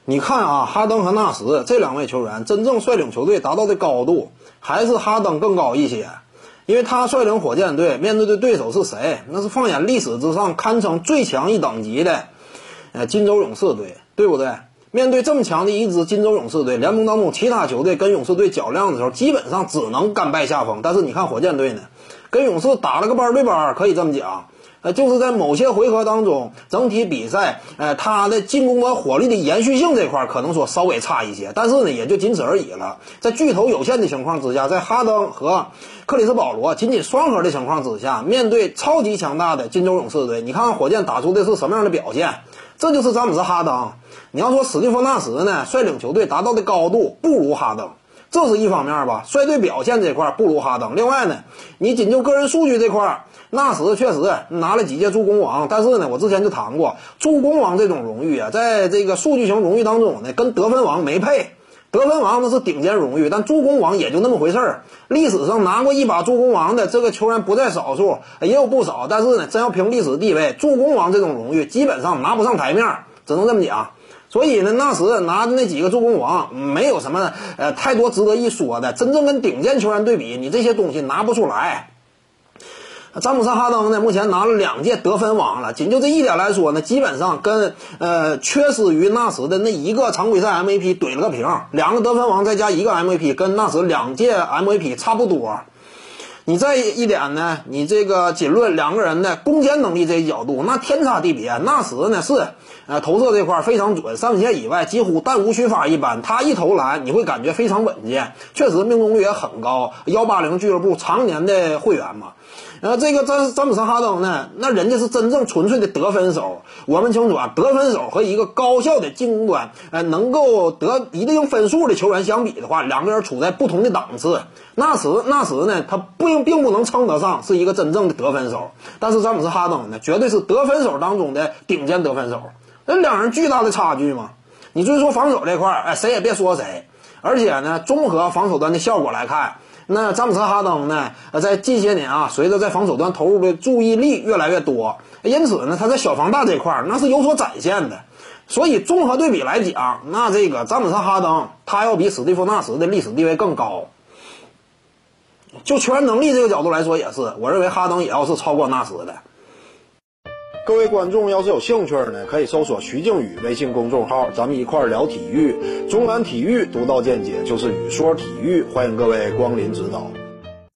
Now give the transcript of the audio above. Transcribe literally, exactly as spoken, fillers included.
你看啊，哈登和纳什这两位球员真正率领球队达到的高度，还是哈登更高一些。因为他率领火箭队面对的对手是谁？那是放眼历史之上堪称最强一等级的，呃，金州勇士队，对不对？面对这么强的一支金州勇士队，联盟当中其他球队跟勇士队较量的时候，基本上只能甘拜下风。但是你看火箭队呢，跟勇士打了个班对班，可以这么讲。呃，就是在某些回合当中，整体比赛，呃，他的进攻端火力的延续性这块可能说稍微差一些，但是呢，也就仅此而已了。在巨头有限的情况之下，在哈登和克里斯保罗仅仅双核的情况之下，面对超级强大的金州勇士队，你看看火箭打出的是什么样的表现？这就是詹姆斯·哈登。你要说史蒂芬·纳什呢，率领球队达到的高度不如哈登。这是一方面吧，率队表现这块不如哈登。另外呢，你仅就个人数据这块，纳什确实拿了几届助攻王，但是呢，我之前就谈过，助攻王这种荣誉啊，在这个数据型荣誉当中呢，跟得分王没配。得分王那是顶尖荣誉，但助攻王也就那么回事儿。历史上拿过一把助攻王的这个球员不在少数，也有不少，但是呢，真要凭历史地位，助攻王这种荣誉基本上拿不上台面，只能这么讲。所以呢，纳什拿的那几个助攻王没有什么呃太多值得一说的，真正跟顶尖球员对比，你这些东西拿不出来。詹姆斯·哈登呢，目前拿了两届得分王了，仅就这一点来说呢，基本上跟呃缺失于纳什的那一个常规赛 M V P 怼了个平，两个得分王再加一个 M V P， 跟纳什两届 M V P 差不多。你再一点呢，你这个仅论两个人的攻坚能力这一角度，那天差地别。纳什呢是呃投射这块非常准，三分线以外几乎弹无虚发一般，他一投篮你会感觉非常稳健，确实命中率也很高。一八零俱乐部常年的会员嘛。然后这个詹詹姆斯·哈登呢，那人家是真正纯粹的得分手。我们清楚啊，得分手和一个高效的进攻端，呃，能够得一定分数的球员相比的话，两个人处在不同的档次。纳什纳什呢，他并并不能称得上是一个真正的得分手，但是詹姆斯·哈登呢，绝对是得分手当中的顶尖得分手。那两人巨大的差距嘛。你至于说防守这块，哎，谁也别说谁。而且呢，综合防守端的效果来看，那詹姆斯·哈登呢，在近些年啊，随着在防守端投入的注意力越来越多，因此呢，他在小防大这块那是有所展现的。所以综合对比来讲，那这个詹姆斯·哈登他要比史蒂夫·纳什的历史地位更高。就球员能力这个角度来说也是，我认为哈登也要是超过纳什的。各位观众要是有兴趣呢，可以搜索徐静宇微信公众号，咱们一块聊体育，中南体育独到见解就是语说体育，欢迎各位光临指导。